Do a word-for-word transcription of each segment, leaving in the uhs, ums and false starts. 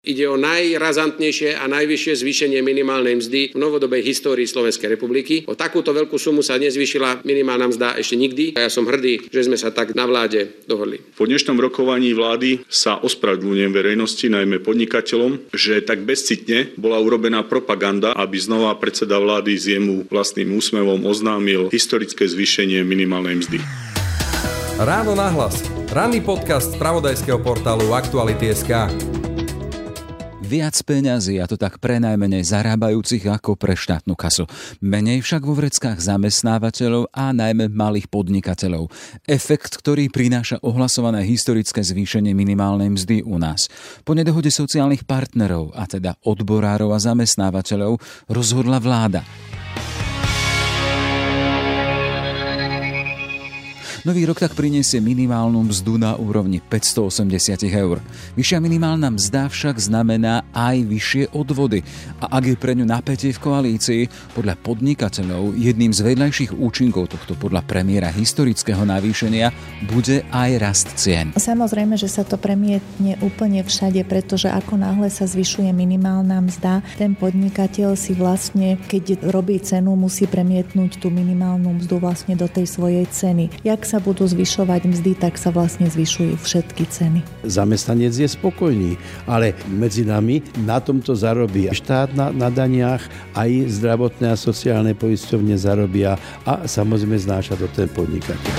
Ide o najrazantnejšie a najvyššie zvýšenie minimálnej mzdy v novodobej histórii Slovenskej republiky. O takúto veľkú sumu sa nezvýšila minimálna mzda ešte nikdy a ja som hrdý, že sme sa tak na vláde dohodli. Po dnešnom rokovaní vlády sa ospravedlňujem verejnosti, najmä podnikateľom, že tak bezcitne bola urobená propaganda, aby znova predseda vlády s jemu vlastným úsmevom oznámil historické zvýšenie minimálnej mzdy. Ráno nahlas. Ranný podcast z spravodajského portálu Aktuality bodka es ká. Viac peňazí, a to tak pre najmenej zarábajúcich ako pre štátnu kasu. Menej však vo vreckách zamestnávateľov a najmä malých podnikateľov. Efekt, ktorý prináša ohlasované historické zvýšenie minimálnej mzdy u nás. Po nedohode sociálnych partnerov, a teda odborárov a zamestnávateľov, rozhodla vláda. Nový rok tak priniesie minimálnu mzdu na úrovni päťstoosemdesiat eur. Vyššia minimálna mzda však znamená aj vyššie odvody. A ak je pre ňu napätie v koalícii, podľa podnikateľov jedným z vedľajších účinkov tohto podľa premiéra historického navýšenia bude aj rast cien. Samozrejme, že sa to premietne úplne všade, pretože ako náhle sa zvyšuje minimálna mzda, ten podnikateľ si vlastne, keď robí cenu, musí premietnúť tú minimálnu mzdu vlastne do tej svojej ceny. Jak sa budú zvyšovať mzdy, tak sa vlastne zvyšujú všetky ceny. Zamestnanec je spokojný, ale medzi nami na tomto zarobí štát na, na daniach, aj zdravotné a sociálne poisťovne zarobia a samozrejme znáša to ten podnikateľ.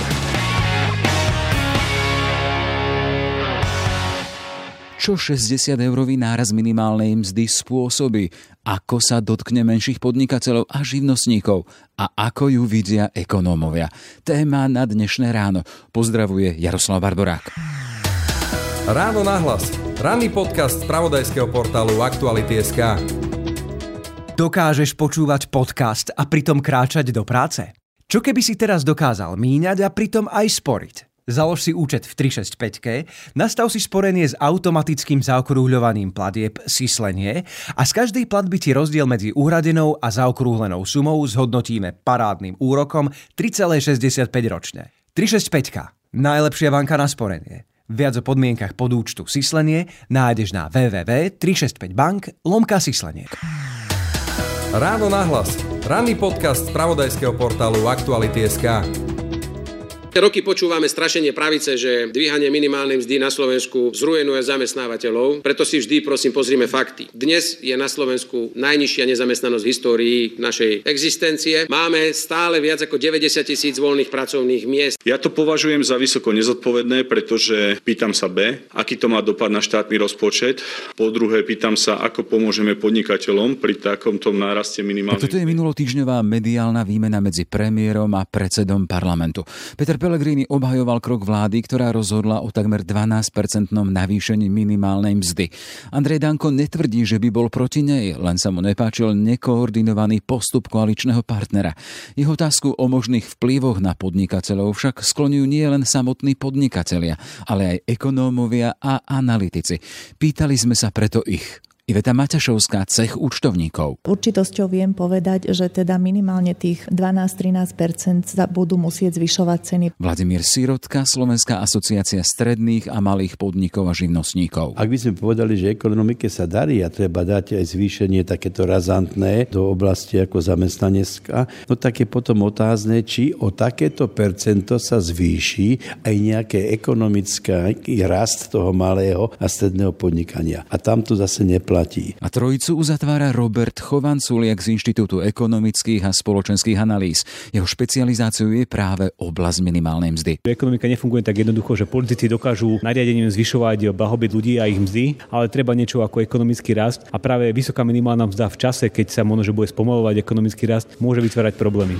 Čo šesťdesiateurový náraz minimálnej mzdy spôsobí? Ako sa dotkne menších podnikateľov a živnostníkov? A ako ju vidia ekonómovia? Téma na dnešné ráno. Pozdravuje Jaroslav Barborák. Ráno nahlas. Ranný podcast z spravodajského portálu Aktuality bodka es ká. Dokážeš počúvať podcast a pritom kráčať do práce? Čo keby si teraz dokázal míňať a pritom aj sporiť? Založ si účet v tri šesť päť, nastav si sporenie s automatickým zaokrúhľovaním platieb Syslenie a z každej platby ti rozdiel medzi uhradenou a zaokrúhlenou sumou zhodnotíme parádnym úrokom tri celé šesťdesiatpäť ročne. tri šesť päť, najlepšia banka na sporenie. Viac o podmienkach podúčtu Syslenie nájdeš na w w w bodka tri šesť päť bank lomka Syslenie. Ráno nahlas. Ranný podcast z spravodajského portálu Aktuality bodka es ká. Roky počúvame strašenie pravice, že dvíhanie minimálnej mzdy na Slovensku zruinuje zamestnávateľov, preto si vždy prosím pozrime fakty. Dnes je na Slovensku najnižšia nezamestnanosť v histórii našej existencie. Máme stále viac ako deväťdesiat tisíc voľných pracovných miest. Ja to považujem za vysoko nezodpovedné, pretože pýtam sa B, aký to má dopad na štátny rozpočet. Po druhé pýtam sa, ako pomôžeme podnikateľom pri takomto náraste minimálnej mzdy. Toto je minulotýždňová mediálna výmena medzi premiérom a predsedom parlamentu. Peter Pellegrini obhajoval krok vlády, ktorá rozhodla o takmer dvanásťpercentnom navýšení minimálnej mzdy. Andrej Danko netvrdí, že by bol proti nej, len sa mu nepáčil nekoordinovaný postup koaličného partnera. Jeho otázku o možných vplyvoch na podnikateľov však skloňujú nie len samotní podnikatelia, ale aj ekonómovia a analytici. Pýtali sme sa preto ich. Iveta Maťašovská, cech účtovníkov. Určitosťou viem povedať, že teda minimálne tých dvanásť až trinásť percent sa budú musieť zvyšovať ceny. Vladimír Sirotka, Slovenská asociácia stredných a malých podnikov a živnostníkov. Ak by sme povedali, že ekonomike sa darí a treba dať aj zvýšenie takéto razantné do oblasti ako zamestnanecká, no tak je potom otázne, či o takéto percento sa zvýši aj nejaké ekonomický rast toho malého a stredného podnikania. A tam to zase neplatí. A trojicu uzatvára Robert Chovanculiak z Inštitútu ekonomických a spoločenských analýz. Jeho špecializáciou je práve oblasť minimálnej mzdy. Ekonomika nefunguje tak jednoducho, že politici dokážu nariadením zvyšovať blahobyt ľudí a ich mzdy, ale treba niečo ako ekonomický rast a práve vysoká minimálna mzda v čase, keď sa možno že bude spomalovať ekonomický rast, môže vytvárať problémy.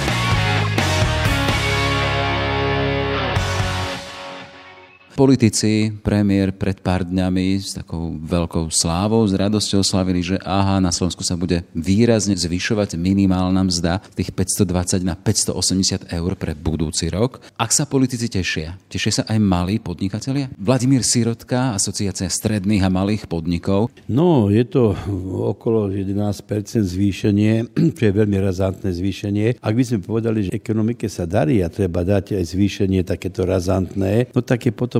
Politici, premiér pred pár dňami s takou veľkou slávou, s radosťou slavili, že aha, na Slovensku sa bude výrazne zvyšovať minimálna mzda z tých päťstodvadsať na päťstoosemdesiat eur pre budúci rok. Ak sa politici tešia, tešia sa aj malí podnikatelia? Vladimír Sirotka, Asociácia stredných a malých podnikov. No, je to okolo jedenásť percent zvýšenie, čo je veľmi razantné zvýšenie. Ak by sme povedali, že ekonomike sa darí a treba dať aj zvýšenie takéto razantné, no tak je potom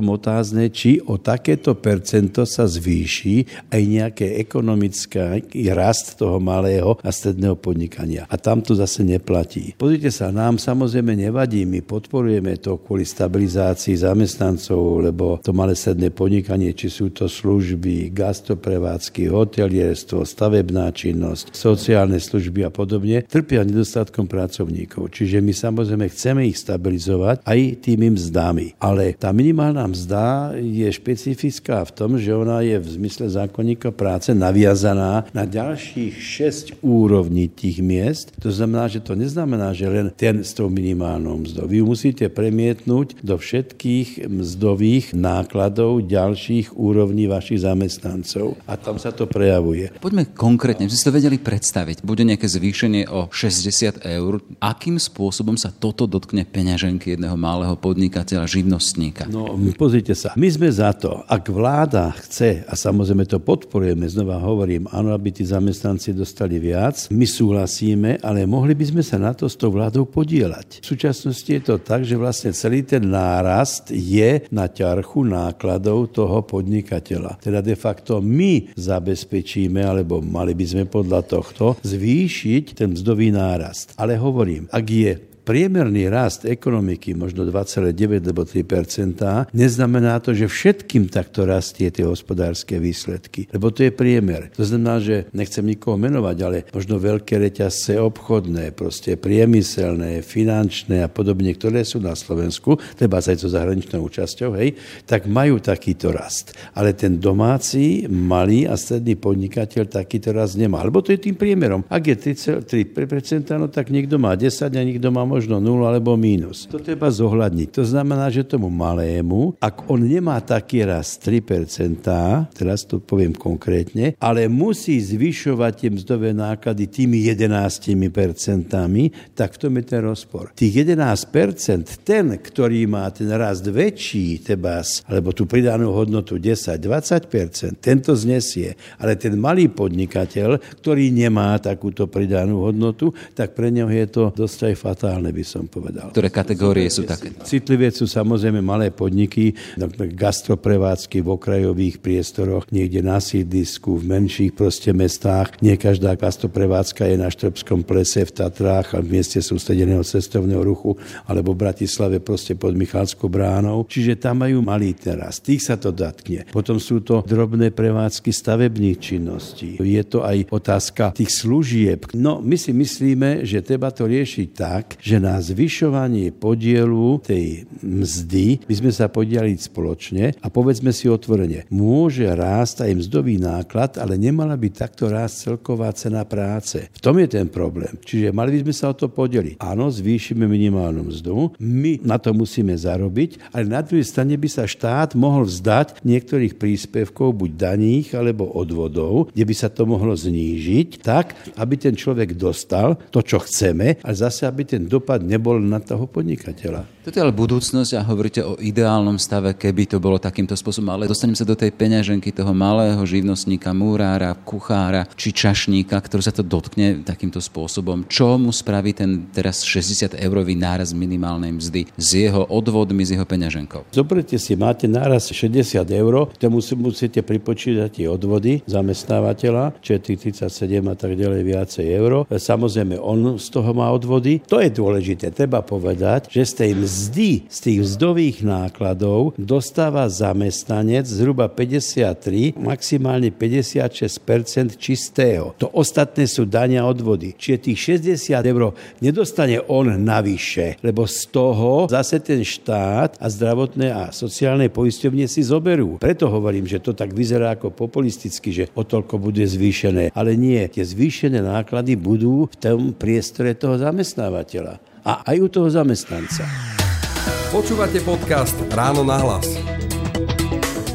potom otázne, či o takéto percento sa zvýši aj nejaké ekonomický rast toho malého a stredného podnikania. A tam to zase neplatí. Pozrite sa, nám samozrejme nevadí, my podporujeme to kvôli stabilizácii zamestnancov, lebo to malé stredné podnikanie, či sú to služby, gastroprevádzky, hotelierstvo, stavebná činnosť, sociálne služby a podobne, trpia nedostatkom pracovníkov. Čiže my samozrejme chceme ich stabilizovať aj tými mzdami. Ale tá minimálna mzda je špecifická v tom, že ona je v zmysle zákonníka práce naviazaná na ďalších šesť úrovní tých miest. To znamená, že to neznamená, že len ten s tou minimálnou mzdou. Vy musíte premietnúť do všetkých mzdových nákladov ďalších úrovní vašich zamestnancov. A tam sa to prejavuje. Poďme konkrétne, by ste to vedeli predstaviť. Bude nejaké zvýšenie o šesťdesiat eur. Akým spôsobom sa toto dotkne peňaženky jedného malého podnikateľa, živnostníka? No, pozrite sa. My sme za to, ak vláda chce, a samozrejme to podporujeme, znova hovorím, áno, aby tí zamestnanci dostali viac, my súhlasíme, ale mohli by sme sa na to s tou vládou podieľať. V súčasnosti je to tak, že vlastne celý ten nárast je na ťarchu nákladov toho podnikateľa. Teda de facto my zabezpečíme, alebo mali by sme podľa tohto zvýšiť ten mzdový nárast. Ale hovorím, ak je priemerný rast ekonomiky možno dva celé deväť alebo tri percentá, neznamená to, že všetkým takto rastie tie hospodárske výsledky. Lebo to je priemer. To znamená, že nechcem nikoho menovať, ale možno veľké reťazce obchodné, proste priemyselné, finančné a podobne, ktoré sú na Slovensku, treba sa aj so zahraničnou účasťou, hej, tak majú takýto rast. Ale ten domáci, malý a stredný podnikateľ takýto rast nemá. Lebo to je tým priemerom. Ak je tri celé tri percentá, no tak niekto má desať a niekto má možno nulu alebo mínus. To treba zohľadniť. To znamená, že tomu malému, ak on nemá taký rast tri percentá, teraz to poviem konkrétne, ale musí zvyšovať tie mzdové náklady tými jedenásť percentami, tak v tom je ten rozpor. Tých jedenásť percent, ten, ktorý má ten rast väčší, tebas, alebo tú pridanú hodnotu desať až dvadsať percent, tento znesie. Ale ten malý podnikateľ, ktorý nemá takúto pridanú hodnotu, tak pre neho je to dosť aj fatálne, by som povedal. Ktoré kategórie sú také? Citlivé sú samozrejme malé podniky, gastroprevádzky v okrajových priestoroch, niekde na sídlisku, v menších proste mestách. Nie každá gastroprevádzka je na Štrbskom plese, v Tatrách a v mieste sústredeného cestovného ruchu, alebo v Bratislave proste pod Michalskou bránou. Čiže tam majú malý teraz. Tých sa to dotkne. Potom sú to drobné prevádzky stavebných činností. Je to aj otázka tých služieb. No, my si myslíme, že treba to riešiť tak, že na zvyšovanie podielu tej mzdy by sme sa podielali spoločne a povedzme si otvorene, môže rásť aj mzdový náklad, ale nemala by takto rásť celková cena práce. V tom je ten problém. Čiže mali by sme sa o to podeliť. Áno, zvýšime minimálnu mzdu, my na to musíme zarobiť, ale na druhej strane by sa štát mohol vzdať niektorých príspevkov, buď daních alebo odvodov, kde by sa to mohlo znížiť tak, aby ten človek dostal to, čo chceme, a zase aby ten dopad nebol na toho podnikateľa. Toto je ale budúcnosť a hovoríte o ideálnom stave, keby to bolo takýmto spôsobom, ale dostanem sa do tej peňaženky toho malého živnostníka, múrára, kuchára či čašníka, ktorý sa to dotkne takýmto spôsobom. Čo mu spraví ten teraz šesťdesiat eurový náraz minimálnej mzdy s jeho odvodmi, s jeho peňaženkou? Zoberte si, máte náraz šesťdesiat eur, tomu musíte pripočítať tie odvody zamestnávateľa, čo je tých tridsaťsedem a tak ďalej viacej euro. Samozrejme, on z toho má odvody. To je dôležité. Treba povedať, že z tej mzdy, z tých mzdových nákladov dostáva zamestnanec zhruba päťdesiattri, maximálne päťdesiatšesť percent čistého. To ostatné sú dane a odvody. Čiže tých šesťdesiat eur nedostane on navyše, lebo z toho zase ten štát a zdravotné a sociálne poisťovne si zoberú. Preto hovorím, že to tak vyzerá ako populisticky, že o toľko bude zvýšené. Ale nie, tie zvýšené náklady budú v tom priestore toho zamestnávateľa. A aj u toho zamestnanca. Počúvate podcast Ráno na hlas.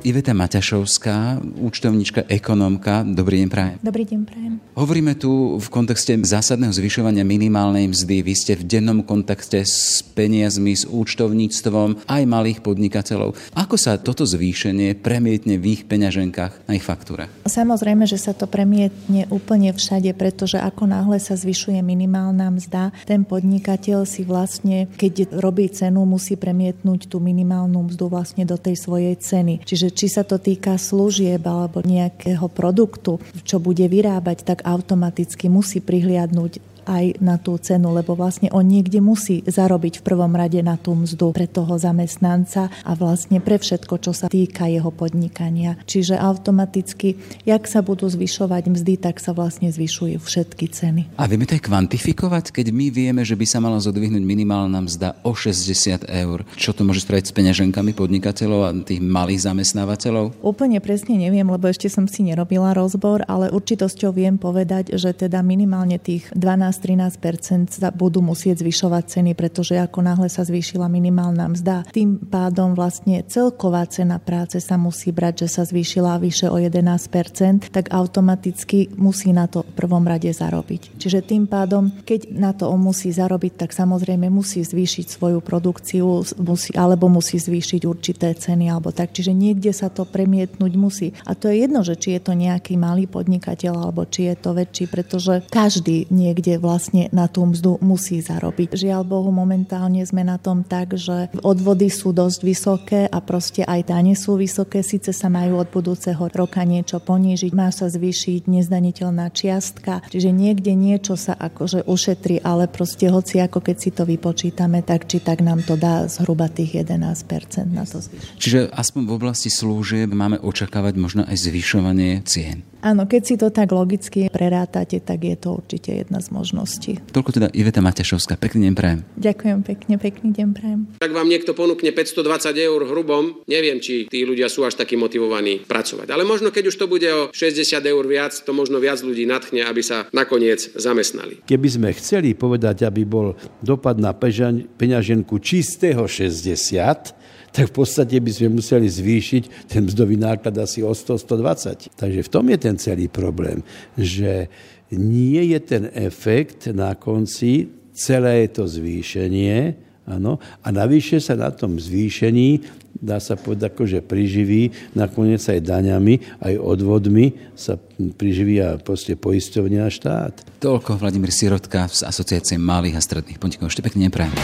Iveta Maťašovská, účtovníčka, ekonómka. Dobrý deň prajem. Dobrý deň prajem. Hovoríme tu v kontexte zásadného zvyšovania minimálnej mzdy. Vy ste v dennom kontakte s peniazmi, s účtovníctvom aj malých podnikateľov. Ako sa toto zvýšenie premietne v ich peňaženkách na ich faktúre? Samozrejme, že sa to premietne úplne všade, pretože ako náhle sa zvyšuje minimálna mzda, ten podnikateľ si vlastne, keď robí cenu, musí premietnúť tú minimálnu mzdu vlastne do tej svojej ceny. Čiže či sa to týka služieb alebo nejakého produktu, čo bude vyrábať, tak automaticky musí prihliadnúť aj na tú cenu, lebo vlastne on niekde musí zarobiť v prvom rade na tú mzdu pre toho zamestnanca a vlastne pre všetko, čo sa týka jeho podnikania. Čiže automaticky, jak sa budú zvyšovať mzdy, tak sa vlastne zvyšujú všetky ceny. A vieme to aj kvantifikovať, keď my vieme, že by sa mala zodvihnúť minimálna mzda o šesťdesiat eur. Čo to môže spraviť s peňaženkami podnikateľov a tých malých zamestnávateľov? Úplne presne neviem, lebo ešte som si nerobila rozbor, ale určitosťou viem povedať, že teda minimálne tých dvanásť až trinásť percent sa budú musieť zvyšovať ceny, pretože ako náhle sa zvýšila minimálna mzda, tým pádom vlastne celková cena práce sa musí brať, že sa zvýšila vyše o jedenásť percent, tak automaticky musí na to v prvom rade zarobiť. Čiže tým pádom, keď na to on musí zarobiť, tak samozrejme musí zvýšiť svoju produkciu, musí, alebo musí zvýšiť určité ceny, alebo tak. Čiže niekde sa to premietnúť musí. A to je jedno, že či je to nejaký malý podnikateľ, alebo či je to väčší, pretože každý niekde vlastne na tú mzdu musí zarobiť. Žiaľ Bohu, momentálne sme na tom tak, že odvody sú dosť vysoké a proste aj dane sú vysoké. Síce sa majú od budúceho roka niečo ponížiť, má sa zvýšiť nezdaniteľná čiastka, čiže niekde niečo sa akože ušetrí, ale proste hoci ako keď si to vypočítame, tak či tak nám to dá zhruba tých jedenásť percent na to zvýšiť. Čiže aspoň v oblasti služieb máme očakávať možno aj zvyšovanie cien. Áno, keď si to tak logicky prerátate, tak je to určite jedna z možností. Toľko teda Iveta Maťašovská. Pekný deň prajem. Ďakujem pekne, pekný deň prajem. Ak vám niekto ponúkne päťstodvadsať eur hrubom, neviem, či tí ľudia sú až takí motivovaní pracovať. Ale možno, keď už to bude o šesťdesiat eur viac, to možno viac ľudí nadchne, aby sa nakoniec zamestnali. Keby sme chceli povedať, aby bol dopad na peňaženku čistého šesťdesiat, tak v podstate by sme museli zvýšiť ten mzdový náklad asi o sto až stodvadsať. Takže v tom je ten celý problém, že nie je ten efekt na konci, celé to zvýšenie, áno, a navyše sa na tom zvýšení, dá sa povedať, akože priživí, nakoniec aj daňami, aj odvodmi sa priživí a proste poisťovne a štát. Toľko Vladimír Sirotka z Asociácie malých a stredných podnikov. Ešte pekne neprajem.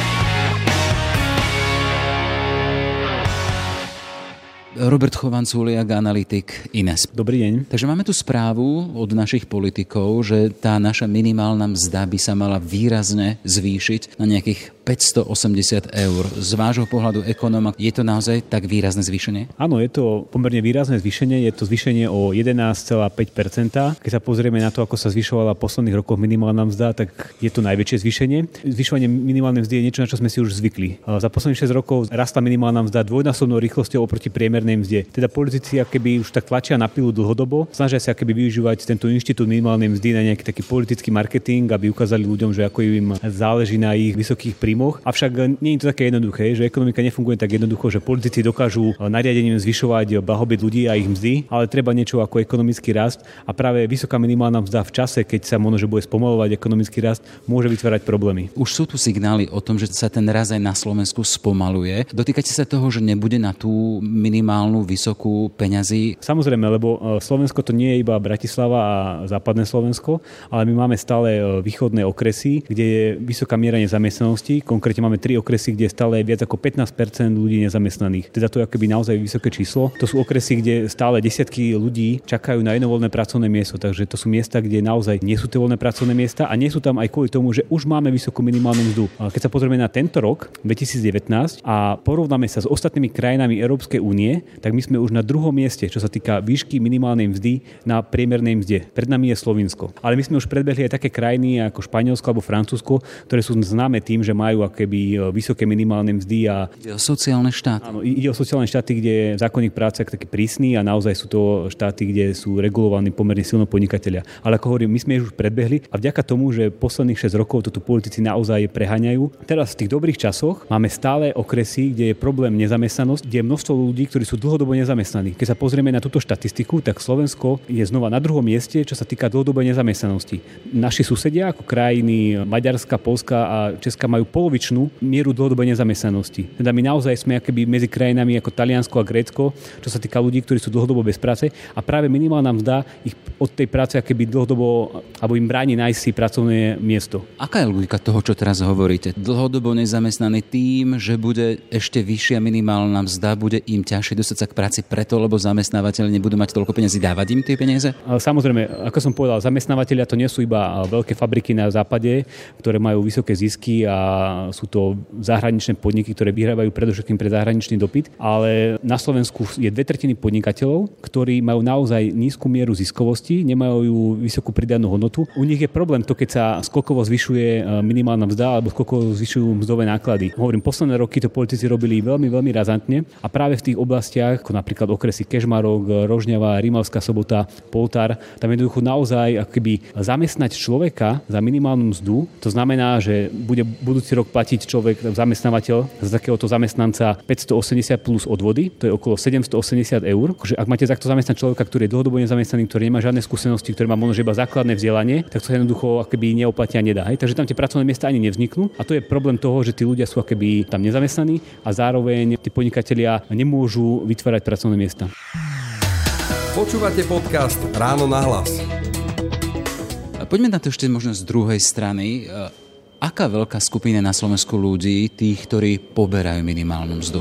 Robert Chovanculiak, analytik í en es. Dobrý deň. Takže máme tu správu od našich politikov, že tá naša minimálna mzda by sa mala výrazne zvýšiť na nejakých päťstoosemdesiat eur. Z vášho pohľadu ekonóma, je to naozaj tak výrazné zvýšenie? Áno, je to pomerne výrazné zvýšenie. Je to zvýšenie o jedenásť celá päť percenta. Keď sa pozrieme na to, ako sa zvyšovala v posledných rokoch minimálna mzda, tak je to najväčšie zvýšenie. Zvyšovanie minimálnej mzdy je niečo, na čo sme si už zvykli. Za posledných šesť rokov rastla minimálna mzda dvojnásobnou rýchlosťou oproti priemernej mzde. Teda politici akoby už tak tlačia na pilu dlhodobo, snažia sa akoby využívať tento inštitút minimálnej mzdy na nejaký taký politický marketing, aby ukázali ľuďom, že ako im záleží na ich vysokých príjmoch. Avšak nie je to také jednoduché, že ekonomika nefunguje tak jednoducho, že politici dokážu nariadením zvyšovať blahobyt ľudí a ich mzdy, ale treba niečo ako ekonomický rast a práve vysoká minimálna mzda v čase, keď sa možno že bude spomalovať ekonomický rast, môže vytvárať problémy. Už sú tu signály o tom, že sa ten rast aj na Slovensku spomaluje. Dotýkate sa toho, že nebude na tú minimálnu vysokú peňazí? Samozrejme, lebo Slovensko to nie je iba Bratislava a západné Slovensko, ale my máme stále východné okresy, kde je vysoká miera nezamestnanosti. Konkrétne máme tri okresy, kde stále je viac ako pätnásť percent ľudí nezamestnaných. Teda to je akoby naozaj vysoké číslo. To sú okresy, kde stále desiatky ľudí čakajú na jedno voľné pracovné miesto, takže to sú miesta, kde naozaj nie sú tie voľné pracovné miesta a nie sú tam aj kvôli tomu, že už máme vysokú minimálnu mzdu. Keď sa pozrieme na tento rok dvetisícdevätnásť a porovnáme sa s ostatnými krajinami Európskej únie, tak my sme už na druhom mieste, čo sa týka výšky minimálnej mzdy na priemernej mzde. Pred nami je Slovinsko. Ale my sme už predbehli aj také krajiny ako Španielsko alebo Francúzsko, ktoré sú známe tým, že majú akoby vysoké minimálne mzdy a ide o sociálne štáty. Áno, ide o sociálne štáty, kde je zákonník práce taký prísny a naozaj sú to štáty, kde sú regulovaní pomerne silno podnikatelia. Ale ako hovorím, my sme už predbehli a vďaka tomu, že posledných šesť rokov to tu politici naozaj preháňajú. Teraz v tých dobrých časoch máme stále okresy, kde je problém nezamestnanosť, kde je množstvo ľudí, ktorí sú dlhodobo nezamestnaní. Keď sa pozrieme na túto štatistiku, tak Slovensko je znova na druhom mieste, čo sa týka dlhodobej nezamestnanosti. Naši susedia ako krajiny Maďarska, Poľska a Česka majú polovičnú mieru dlhodobej nezamestnanosti. Teda my naozaj sme akoby medzi krajinami ako Taliansko a Grécko, čo sa týka ľudí, ktorí sú dlhodobo bez práce, a práve minimálna mzda ich od tej práce akoby dlhodobo alebo im bráni nájsť si pracovné miesto. Aká je logika toho, čo teraz hovoríte? Dlhodobo nezamestnaný tým, že bude ešte vyššia minimálna mzda, bude im ťažšie dostať sa k práci preto, lebo zamestnávateľ nebudú mať toľko peniazy, dávať im tie peniaze? Samozrejme, ako som povedal, zamestnávateľia to nie sú iba veľké fabriky na západe, ktoré majú vysoké zisky a sú to zahraničné podniky, ktoré vyhrávajú predovšetkým pre zahraničný dopyt, ale na Slovensku je dve tretiny podnikateľov, ktorí majú naozaj nízku mieru ziskovosti, nemajú vysokú pridanú hodnotu. U nich je problém to, keď sa skokovo zvyšuje minimálna mzda alebo skokovo zvyšujú mzdové náklady. Hovorím, posledné roky to politici robili veľmi, veľmi razantne a práve v tých oblastiach, ako napríklad okresy Kežmarok, Rožňava, Rimavská Sobota, Poltár, tam jednoducho naozaj akoby zamestnať človeka za minimálnu mzdu, to znamená, že bude budúci rok platiť človek, zamestnávateľ za takéhoto zamestnanca päťstoosemdesiat plus odvody, to je okolo sedemstoosemdesiat eur. Ak máte takto zamestnať človeka, ktorý je dlhodobo nezamestnaný, ktorý nemá žiadne skúsenosti, ktorý má možno iba základné vzdelanie, tak to sa jednoducho akoby neoplatia nedá. Hej? Takže tam tie pracovné miesta ani nevzniknú a to je problém toho, že tí ľudia sú akoby tam nezamestnaní a zároveň tí podnikatelia nemôžu vytvárať pracovné miesta. Počúvate podcast Ráno na hlas. Poďme na to ešte možno z druhej strany. Aká veľká skupina na Slovensku ľudí, tých, ktorí poberajú minimálnu mzdu?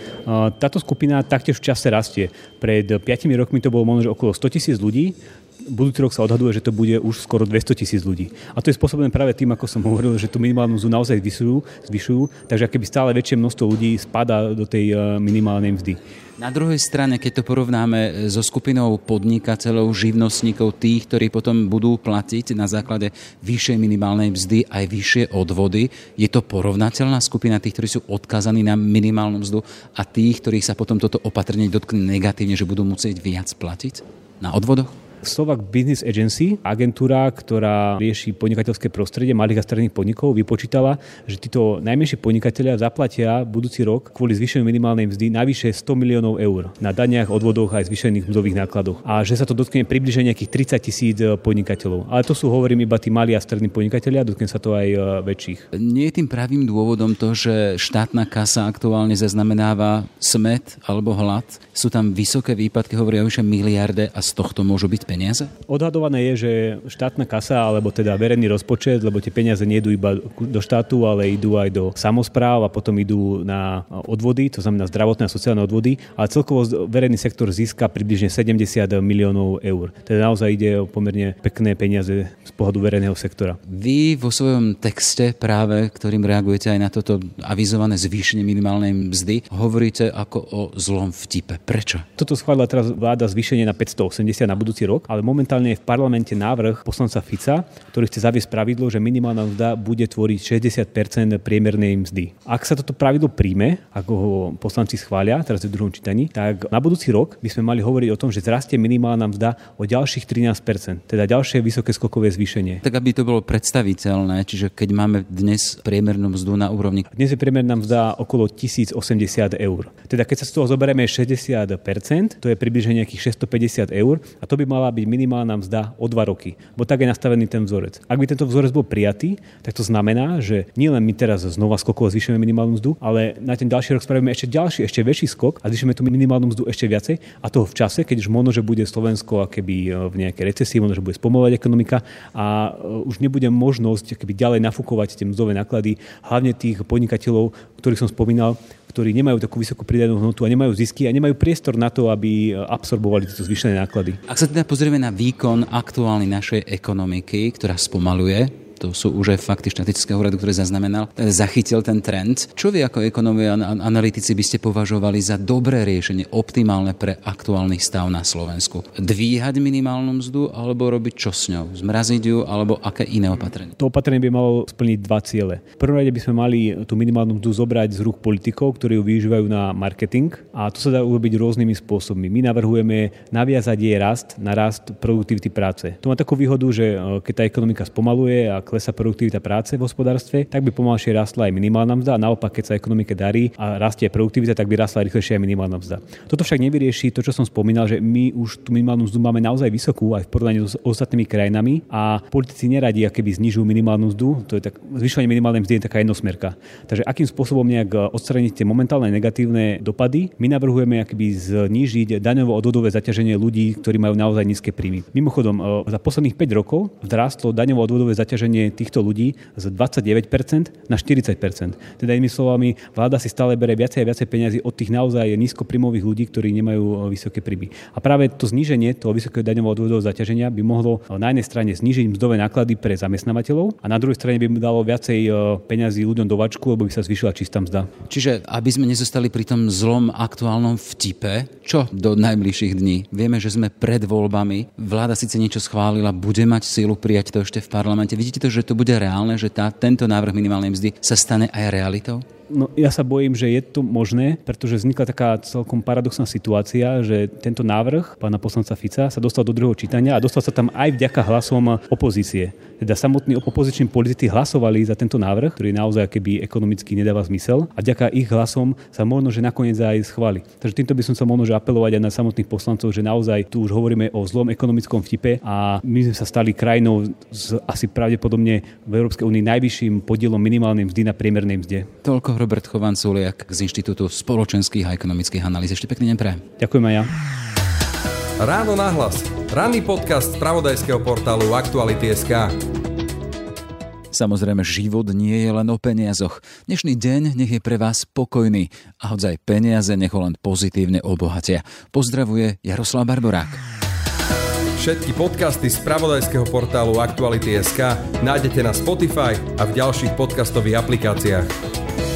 Táto skupina taktiež v čase rastie. Pred piatimi rokmi to bolo možno okolo stotisíc ľudí. Budúci rok sa odhaduje, že to bude už skoro dvestotisíc ľudí. A to je spôsobené práve tým, ako som hovoril, že tú minimálnu mzdu naozaj zvyšujú, zvyšujú, takže akoby stále väčšie množstvo ľudí spadá do tej minimálnej mzdy. Na druhej strane, keď to porovnáme so skupinou podnikateľov, živnostníkov, tých, ktorí potom budú platiť na základe vyššej minimálnej mzdy aj vyššie odvody, je to porovnateľná skupina tých, ktorí sú odkázaní na minimálnu mzdu a tých, ktorých sa potom toto opatrenie dotkne negatívne, že budú musieť viac platiť na odvodoch? Slovak Business Agency, agentúra, ktorá rieši podnikateľské prostredie malých a stredných podnikov, vypočítala, že títo najmenší podnikatelia zaplatia budúci rok kvôli zvýšeniu minimálnej mzdy navyše sto miliónov eur na daniach, odvodoch aj zvýšených mzdových nákladoch. A že sa to dotkne približne nejakých tridsať tisíc podnikateľov. Ale to sú, hovorím, iba tí malí a strední podnikatelia, dotkne sa to aj väčších. Nie je tým pravým dôvodom to, že štátna kasa aktuálne zaznamenáva smäd alebo hlad. Sú tam vysoké výpadky, hovoria o vyše miliarde a z tohto môžu byť peniaze? Odhadované je, že štátna kasa, alebo teda verejný rozpočet, lebo tie peniaze nejdú iba do štátu, ale idú aj do samospráv a potom idú na odvody, to znamená zdravotné a sociálne odvody, ale celkovo verejný sektor získa približne sedemdesiat miliónov eur. Teda naozaj ide o pomerne pekné peniaze z pohľadu verejného sektora. Vy vo svojom texte práve, ktorým reagujete aj na toto avizované zvýšenie minimálnej mzdy, hovoríte ako o zlom vtipe. Prečo? Toto schválila teraz vláda zvýšenie na päťstoosemdesiat na budúci rok, ale momentálne je v parlamente návrh poslanca Fica, ktorý chce zaviesť pravidlo, že minimálna mzda bude tvoriť šesťdesiat percent priemernej mzdy. Ak sa toto pravidlo príjme, ako ho poslanci schvália, teraz v druhom čítaní, tak na budúci rok by sme mali hovoriť o tom, že zrastie minimálna mzda o ďalších trinásť percent, teda ďalšie vysoké skokové zvýšenie. Tak aby to bolo predstaviteľné, čiže keď máme dnes priemernú mzdu na úrovni. Dnes je priemerná mzda okolo tisícosemdesiat eur. Teda keď sa z toho zoberieme šesťdesiat percent, to je približne nejakých šesťstopäťdesiat eur a to by mala byť minimálna mzda o dva roky. Bo tak je nastavený ten vzorec. Ak by tento vzorec bol prijatý, tak to znamená, že nielen my teraz znova skokovo zvýšime minimálnu mzdu, ale na ten ďalší rok spravíme ešte ďalší, ešte väčší skok a zvýšime tú minimálnu mzdu ešte viacej a to v čase, keď už možno, že bude Slovensko akoby v nejakej recesii, možno, že bude spomalovať ekonomika a už nebude možnosť akoby ďalej nafúkovať tie mzdové náklady, hlavne tých podnikateľov, ktorých som spomínal, ktorí nemajú takú vysokú pridanú hodnotu a nemajú zisky a nemajú priestor na to, aby absorbovali tieto zvýšené náklady. Ak sa teda pozrieme na výkon aktuálnej našej ekonomiky, ktorá spomaluje, to sú už aj fakty štatistického úradu, ktorý zaznamenal, zachytil ten trend. Čo vy ako ekonómovia a analytici by ste považovali za dobré riešenie, optimálne pre aktuálny stav na Slovensku? Dvíhať minimálnu mzdu alebo robiť čo s ňou? Zmraziť ju alebo aké iné opatrenie? To opatrenie by malo splniť dva ciele. V prvom rade by sme mali tú minimálnu mzdu zobrať z rúk politikov, ktorí ju využívajú na marketing a to sa dá urobiť rôznymi spôsobmi. My navrhujeme naviazať jej rast na rast produktivity práce. To má takú výhodu, že keď tá ekonomika spomaluje a klesá produktivita práce v hospodárstve, tak by pomalšie rastla aj minimálna mzda a naopak, keď sa ekonomike darí a rastie produktivita, tak by rastla rýchlejšie aj minimálna mzda. Toto však nevyrieši to, čo som spomínal, že my už tú minimálnu mzdu máme naozaj vysokú aj v porovnaní s ostatnými krajinami a politici neradi akoby znižujú minimálnu mzdu. To je tak, zvyšovanie minimálnej mzdy je taká jednosmerka. Takže akým spôsobom nejak odstrániť tie momentálne negatívne dopady? My navrhujeme akoby znížiť daňovo odvodové zaťaženie ľudí, ktorí majú naozaj nízke príjmy. Mimochodom, za posledných päť rokov vzrástlo daňovo odvodové zaťaženie týchto ľudí z dvadsaťdeväť percent na štyridsať percent. Teda inými slovami, vláda si stále bere viacej a viacej peniazy od tých naozaj nízkopríjmových ľudí, ktorí nemajú vysoké príjmy. A práve to zníženie toho vysokého daňového odvodového zaťaženia by mohlo na jednej strane znížiť mzdové náklady pre zamestnávateľov a na druhej strane by mu dalo viacej peňazí ľuďom do vačku, lebo by sa zvýšila čistá mzda. Čiže aby sme nezostali pri tom zlom aktuálnom vtipe, čo do najbližších dní? Vieme, že sme pred voľbami. Vláda síce niečo schválila, bude mať sílu prijať to ešte v parlamente. Vidíte to, že to bude reálne, že tá, tento návrh minimálnej mzdy sa stane aj realitou? No, ja sa bojím, že je to možné, pretože vznikla taká celkom paradoxná situácia, že tento návrh pána poslanca Fica sa dostal do druhého čítania a dostal sa tam aj vďaka hlasom opozície. Teda samotní opoziční politici hlasovali za tento návrh, ktorý naozaj keby ekonomicky nedáva zmysel a vďaka ich hlasom sa možno, že nakoniec aj schváli. Takže týmto by som sa možno že apelovať aj na samotných poslancov, že naozaj tu už hovoríme o zlom ekonomickom vtipe a my sme sa stali krajinou s asi pravdepodobne v Európskej únii najvyšším podielom minimálnej mzdy na priemernej mzde. Toľko Robert Chovanculiak z Inštitútu spoločenských a ekonomických analýz. Ešte pekný deň prajem. Ďakujem aj ja. Ráno nahlas. Ranný podcast z spravodajského portálu Aktuality bodka es ká. Samozrejme, život nie je len o peniazoch. Dnešný deň nech je pre vás spokojný a hodzaj peniaze nech ho len pozitívne obohatia. Pozdravuje Jaroslav Barborák. Všetky podcasty z spravodajského portálu Aktuality bodka es ká nájdete na Spotify a v ďalších podcastových aplikáciách.